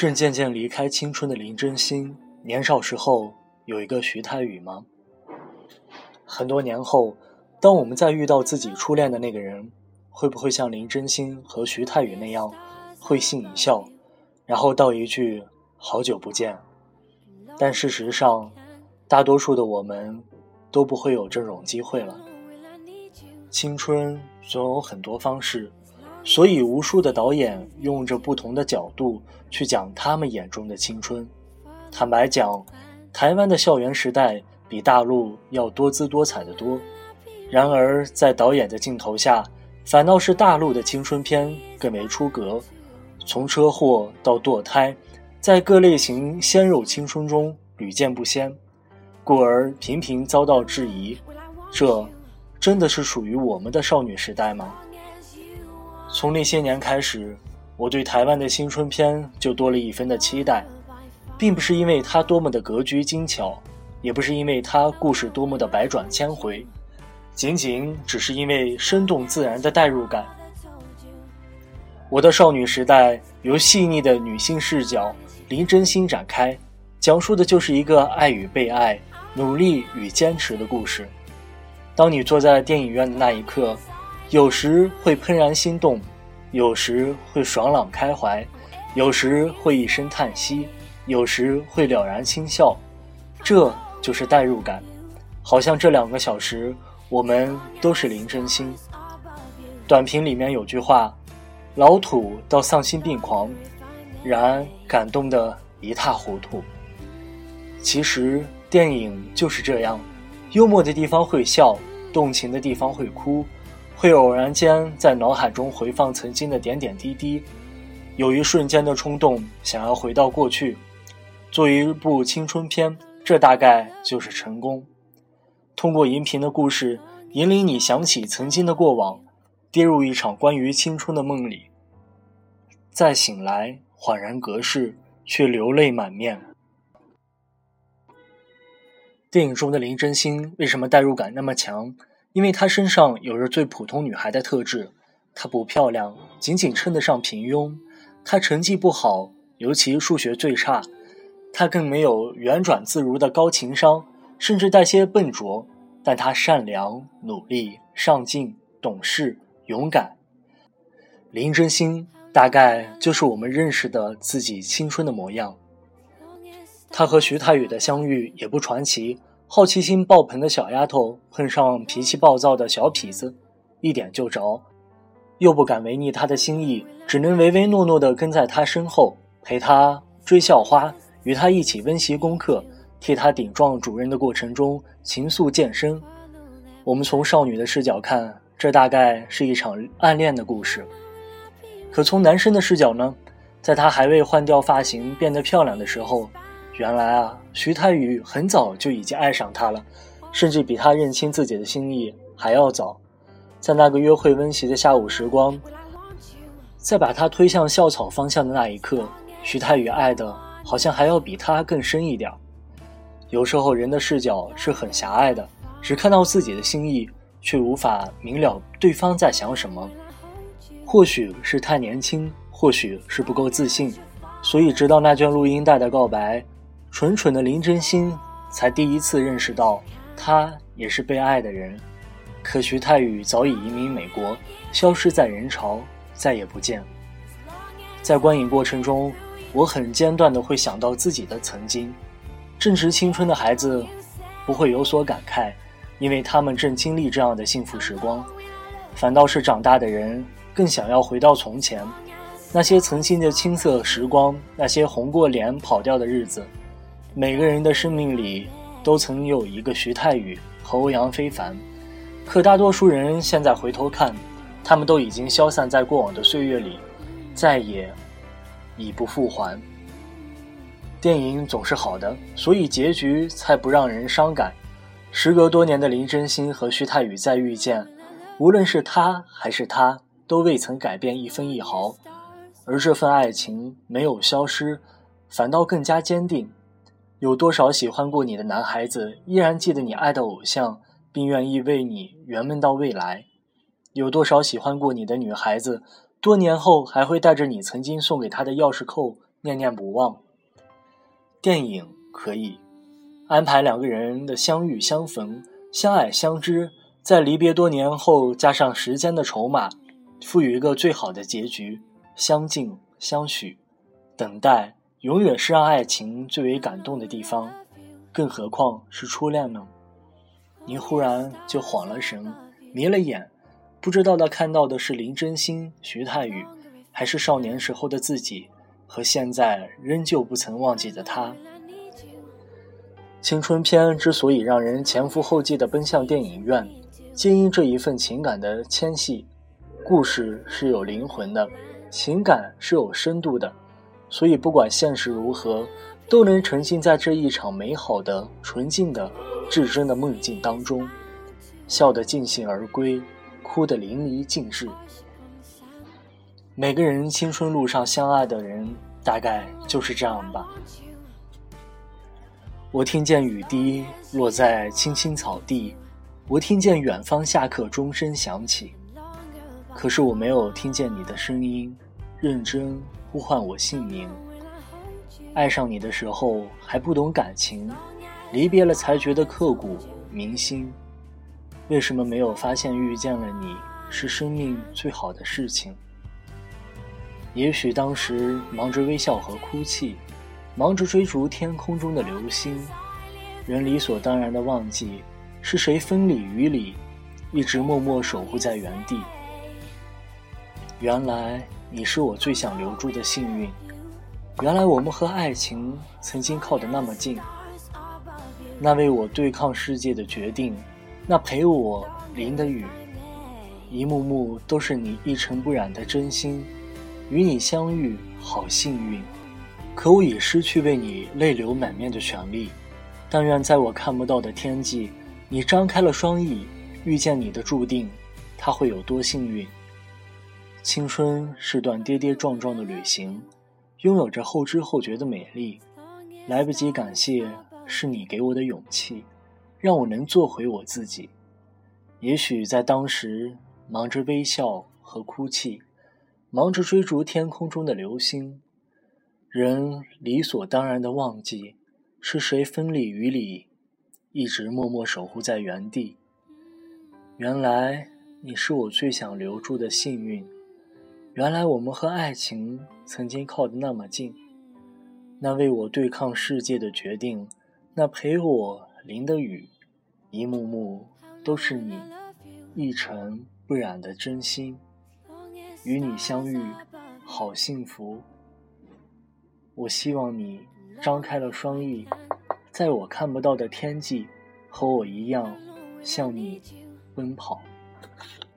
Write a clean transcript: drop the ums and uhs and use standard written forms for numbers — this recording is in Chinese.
正渐渐离开青春的林真心，年少时候有一个徐太宇吗？很多年后，当我们再遇到自己初恋的那个人，会不会像林真心和徐太宇那样会心一笑，然后道一句好久不见？但事实上，大多数的我们都不会有这种机会了。青春总有很多方式，所以无数的导演用着不同的角度去讲他们眼中的青春。坦白讲，台湾的校园时代比大陆要多姿多彩的多，然而在导演的镜头下，反倒是大陆的青春片更为出格，从车祸到堕胎，在各类型鲜肉青春中屡见不鲜，故而频频遭到质疑。这真的是属于我们的少女时代吗？从那些年开始，我对台湾的青春片就多了一分的期待，并不是因为它多么的格局精巧，也不是因为它故事多么的百转千回，仅仅只是因为生动自然的代入感。我的少女时代由细腻的女性视角林真心展开，讲述的就是一个爱与被爱、努力与坚持的故事。当你坐在电影院的那一刻，有时会怦然心动，有时会爽朗开怀，有时会一声叹息，有时会了然轻笑，这就是代入感。好像这2个小时我们都是林真心。短评里面有句话，老土到丧心病狂，然感动得一塌糊涂。其实电影就是这样，幽默的地方会笑，动情的地方会哭，会偶然间在脑海中回放曾经的点点滴滴，有一瞬间的冲动想要回到过去。作为一部青春片，这大概就是成功。通过荧屏的故事引领你想起曾经的过往，跌入一场关于青春的梦里，再醒来恍然隔世，却流泪满面。电影中的林真心为什么代入感那么强？因为她身上有着最普通女孩的特质，她不漂亮，仅仅称得上平庸，她成绩不好，尤其数学最差，她更没有圆转自如的高情商，甚至带些笨拙，但她善良、努力、上进、懂事、勇敢。林真心大概就是我们认识的自己青春的模样。她和徐太宇的相遇也不传奇，好奇心爆棚的小丫头碰上脾气暴躁的小痞子，一点就着，又不敢违逆他的心意，只能唯唯诺诺地跟在他身后，陪他追校花，与他一起温习功课，替他顶撞主任的过程中情愫渐深。我们从少女的视角看，这大概是一场暗恋的故事。可从男生的视角呢，在他还未换掉发型变得漂亮的时候，原来啊，徐太宇很早就已经爱上她了，甚至比他认清自己的心意还要早。在那个约会温习的下午时光，在把他推向校草方向的那一刻，徐太宇爱的好像还要比他更深一点。有时候人的视角是很狭隘的，只看到自己的心意，却无法明了对方在想什么。或许是太年轻，或许是不够自信，所以直到那卷录音带的告白，蠢蠢的林真心才第一次认识到他也是被爱的人。可徐太宇早已移民美国，消失在人潮，再也不见。在观影过程中，我很间断地会想到自己的曾经。正值青春的孩子不会有所感慨，因为他们正经历这样的幸福时光，反倒是长大的人更想要回到从前，那些曾经的青涩时光，那些红过脸跑掉的日子。每个人的生命里都曾有一个徐太宇和欧阳非凡，可大多数人现在回头看，他们都已经消散在过往的岁月里，再也已不复还。电影总是好的，所以结局才不让人伤感。时隔多年的林真心和徐太宇再遇见，无论是他还是他，都未曾改变一分一毫，而这份爱情没有消失，反倒更加坚定。有多少喜欢过你的男孩子依然记得你爱的偶像，并愿意为你圆梦到未来？有多少喜欢过你的女孩子多年后还会带着你曾经送给她的钥匙扣念念不忘。电影可以安排两个人的相遇相逢，相爱相知，在离别多年后加上时间的筹码，赋予一个最好的结局，相敬相许。等待永远是让爱情最为感动的地方，更何况是初恋呢？你忽然就晃了神，迷了眼，不知道他看到的是林真心、徐太宇，还是少年时候的自己和现在仍旧不曾忘记的他。青春片之所以让人前赴后继地奔向电影院，皆因这一份情感的牵系。故事是有灵魂的，情感是有深度的，所以不管现实如何，都能沉浸在这一场美好的、纯净的、至真的梦境当中，笑得尽兴而归，哭得淋漓尽致。每个人青春路上相爱的人，大概就是这样吧。我听见雨滴落在青青草地，我听见远方下课钟声响起，可是我没有听见你的声音，认真呼唤我姓名。爱上你的时候还不懂感情，离别了才觉得刻骨铭心。为什么没有发现遇见了你是生命最好的事情？也许当时忙着微笑和哭泣，忙着追逐天空中的流星，人理所当然的忘记是谁风里雨里一直默默守护在原地。原来你是我最想留住的幸运，原来我们和爱情曾经靠得那么近。那为我对抗世界的决定，那陪我淋的雨，一幕幕都是你一尘不染的真心。与你相遇好幸运，可我已失去为你泪流满面的权利。但愿在我看不到的天际，你张开了双翼，遇见你的注定，它会有多幸运。青春是段跌跌撞撞的旅行，拥有着后知后觉的美丽。来不及感谢，是你给我的勇气，让我能做回我自己。也许在当时忙着微笑和哭泣，忙着追逐天空中的流星，人理所当然地忘记是谁风里雨里一直默默守护在原地。原来你是我最想留住的幸运，原来我们和爱情曾经靠得那么近。那为我对抗世界的决定，那陪我淋的雨，一幕幕都是你一尘不染的真心。与你相遇好幸福，我希望你张开了双翼，在我看不到的天际和我一样向你奔跑。